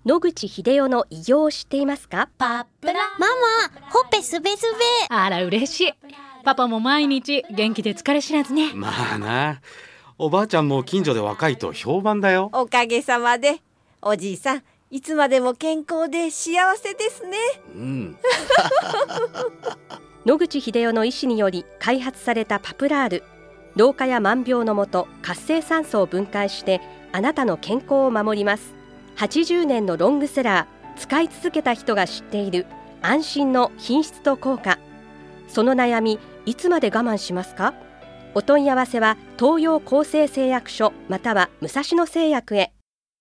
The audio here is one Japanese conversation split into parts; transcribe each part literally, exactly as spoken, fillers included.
野口英世の偉業を知っていますか？ パップラママ、ほっぺすべすべ。 あら嬉しい。パパも毎日元気で疲れ知らずね。 まあな、おばあちゃんも近所で若いと評判だよ。 おかげさまで。おじいさん、いつまでも健康で幸せですね。 うん野口英世の医師により開発されたパプラール、老化や万病のもと活性酸素を分解してあなたの健康を守ります。はちじゅうねんのロングセラー、使い続けた人が知っている安心の品質と効果。その悩み、いつまで我慢しますか？お問い合わせは東洋厚生製薬所または武蔵野製薬へ。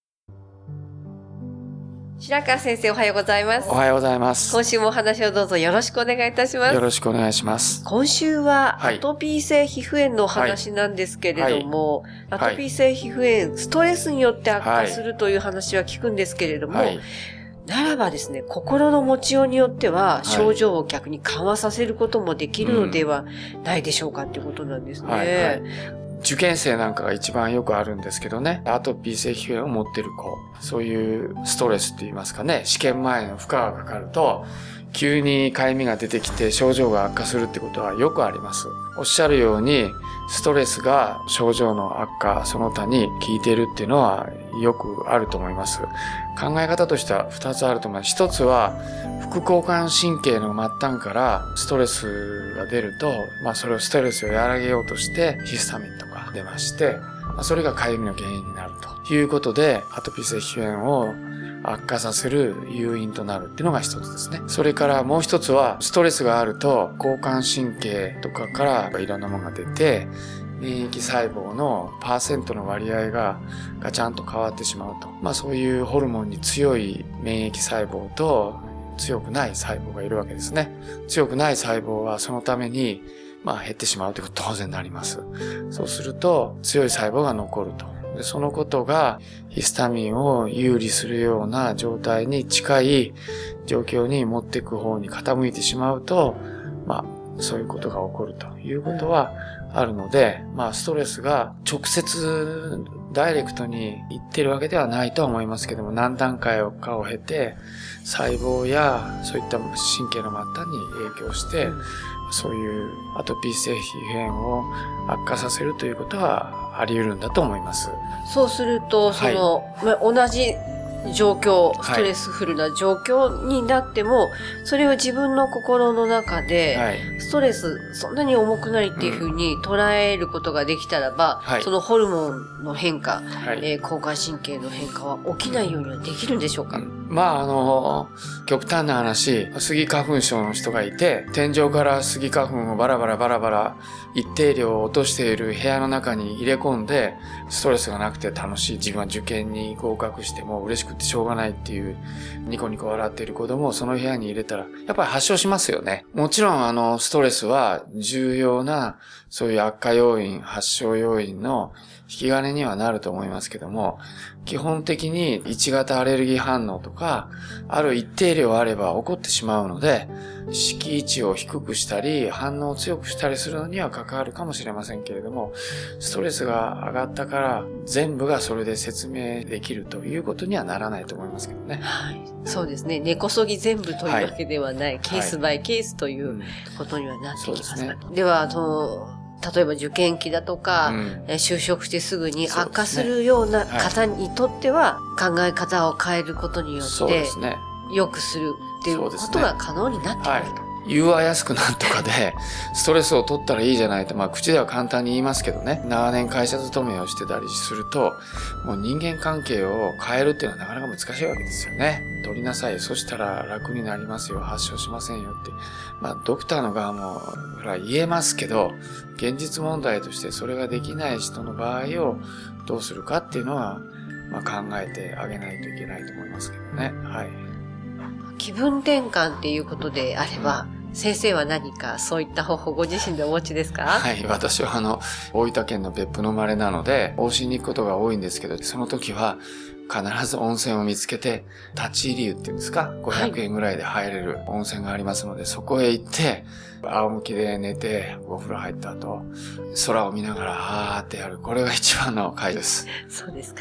白川先生、おはようございます。 おはようございます。 今週もお話をどうぞよろしくお願いいたします。 よろしくお願いします。 今週ははいアトピー性皮膚炎のお話なんですけれども、 はいアトピー性皮膚炎、ストレスによって悪化するという話は聞くんですけれども、 はい。 ならばですね、心の持ちようによっては、 い症状を逆に緩和させることもできるのではないでしょうかっていうことなんですね。 はいはい受験生なんかが一番よくあるんですけどね、アトピー性皮膚炎を持ってる子、そういうストレスって言いますかね、試験前の負荷がかかると、急に痒みが出てきて症状が悪化するってことはよくあります。おっしゃるように、ストレスが症状の悪化、その他に効いているっていうのはよくあると思います。考え方としては二つあると思います。一つは、副交感神経の末端からストレスが出ると、まあそれをストレスを和らげようとしてヒスタミンとか出まして、まあそれが痒みの原因になるということで、アトピー性皮膚炎を悪化させる誘因となるっていうのが一つですね。それからもう一つは、ストレスがあると交感神経とかからいろんなものが出て、免疫細胞のパーセントの割合がガチャンと変わってしまうと。まあそういうホルモンに強い免疫細胞と強くない細胞がいるわけですね。強くない細胞はそのためにまあ減ってしまうということは当然になります。そうすると強い細胞が残ると。でそのことがヒスタミンを有利するような状態に近い状況に持っていく方に傾いてしまうと、まあそういうことが起こるということはあるので、まあストレスが直接ダイレクトにいってるわけではないとは思いますけども、何段階かを経て細胞やそういった神経の末端に影響して、そういうアトピー性皮膚炎を悪化させるということはあり得るんだと思います。 そうすると、その、はいまあ、同じ状況、ストレスフルな状況になっても、はい、それを自分の心の中で、はい、ストレスそんなに重くないっていうふうに捉えることができたらば、うん、そのホルモンの変化、はいえー、交感神経の変化は起きないようにはできるんでしょうか？うん、 まああの極端な話、スギ花粉症の人がいて、天井からスギ花粉をバラバラバラバラ一定量落としている部屋の中に入れ込んで、ストレスがなくて楽しい、自分は受験に合格しても嬉しくてしょうがないっていうニコニコ笑っている子供をその部屋に入れたらやっぱり発症しますよね。もちろんあのストレスは重要なそういう悪化要因、発症要因の引き金にはなると思いますけども、基本的にいち型アレルギー反応とかある一定量あれば起こってしまうので、敷地を低くしたり反応を強くしたりするのには関わるかもしれませんけれども、ストレスが上がったから全部がそれで説明できるということにはならないと思いますけどね。 はい、そうですね。根こそぎ全部というわけではない、はい、ケースバイケースということにはなってきます。うん、で, すね、ではその例えば受験期だとか、うん、就職してすぐに悪化するような方にとっては、考え方を変えることによって、良くするっていうことが可能になってくると。 言うは安くなんとかで、ストレスを取ったらいいじゃないと、まあ口では簡単に言いますけどね、長年会社勤めをしてたりすると、もう人間関係を変えるっていうのはなかなか難しいわけですよね。取りなさい。そしたら楽になりますよ。発症しませんよって。まあドクターの側も言えますけど、現実問題としてそれができない人の場合をどうするかっていうのは、まあ考えてあげないといけないと思いますけどね。はい。 気分転換っていうことであれば、うん、先生は何かそういった方法ご自身でお持ちですか？ はい、私はあの大分県の別府の生まれなので往診に行くことが多いんですけど、その時は必ず温泉を見つけて、立ち入り湯っていうんですか、ごひゃくえんぐらいで入れる温泉がありますので、はい、そこへ行って仰向きで寝てお風呂入った後空を見ながらあーってやる、これが一番の回です。 そうですか。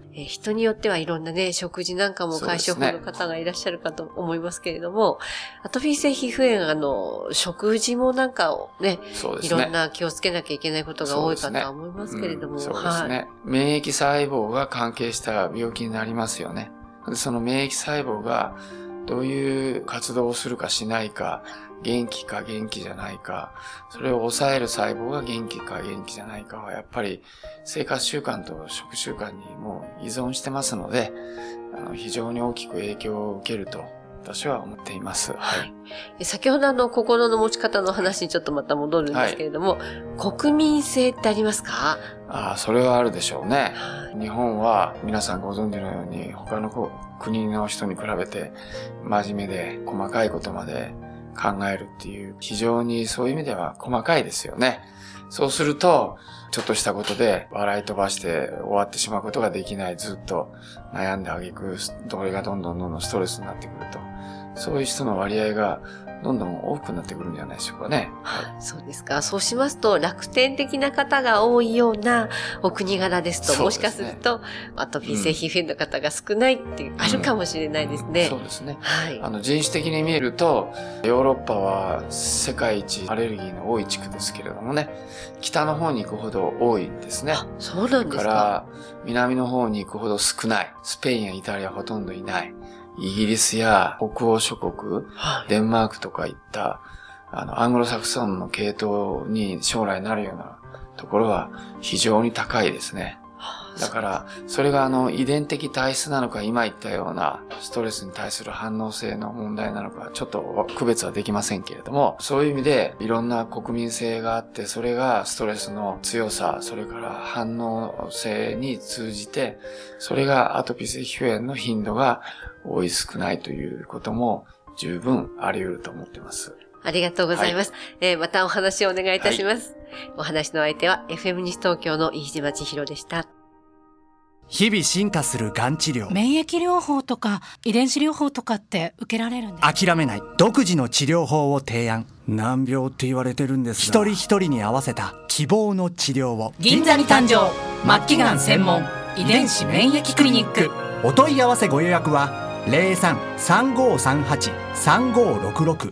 えー、人によってはいろんなね、食事なんかも解消法の方がいらっしゃるかと思いますけれども、ね、アトピー性皮膚炎、あの、食事もなんかをね、いろんな気をつけなきゃいけないことが多いかとは思いますけれども。 そうですね。はい、免疫細胞が関係した病気になりますよね。その免疫細胞がどういう活動をするかしないか、元気か元気じゃないか、それを抑える細胞が元気か元気じゃないかはやっぱり生活習慣と食習慣にもう依存してますので、あの非常に大きく影響を受けると私は思っています。はい。 先ほどあの心の持ち方の話にちょっとまた戻るんですけれども、はい、国民性ってありますか？ ああ、それはあるでしょうね。日本は皆さんご存知のように他の国の人に比べて真面目で細かいことまで考えるっていう非常にそういう意味では細かいですよね。そうするとちょっとしたことで笑い飛ばして終わってしまうことができない、ずっと悩んであげくそれがどんどんどんどんストレスになってくると、そういう人の割合がどんどん多くなってくるんじゃないでしょうかね。 はい、そうですか。そうしますと楽天的な方が多いようなお国柄ですと、すね、もしかするとアトピー性皮膚炎の方が少ないっていう、うん、あるかもしれないですね。 うん、そうですね。 はい。 あの人種的に見るとヨーロッパは世界一アレルギーの多い地区ですけれどもね、北の方に行くほど多いんですね。 あ、そうなんですか。 だから南の方に行くほど少ない。スペインやイタリアはほとんどいない。イギリスや北欧諸国、はい、デンマークとかいったあのアングロサクソンの系統に将来なるようなところは非常に高いですね。だからそれがあの遺伝的体質なのか、今言ったようなストレスに対する反応性の問題なのかちょっと区別はできませんけれども、そういう意味でいろんな国民性があって、それがストレスの強さ、それから反応性に通じて、それがアトピー性皮膚炎の頻度が多い少ないということも十分あり得ると思ってます。 ありがとうございます。はい、えー、またお話をお願いいたします。はい、お話の相手は エフエム 西東京の飯島千尋でした。 日々進化するがん治療。 免疫療法とか遺伝子療法とかって受けられるんですか？ 諦めない。独自の治療法を提案。 難病って言われてるんですが、 一人一人に合わせた希望の治療を。 銀座に誕生、末期がん専門遺伝子免疫クリニック。 お問い合わせご予約は ゼロさん さんごーさんはち さんごーろくろく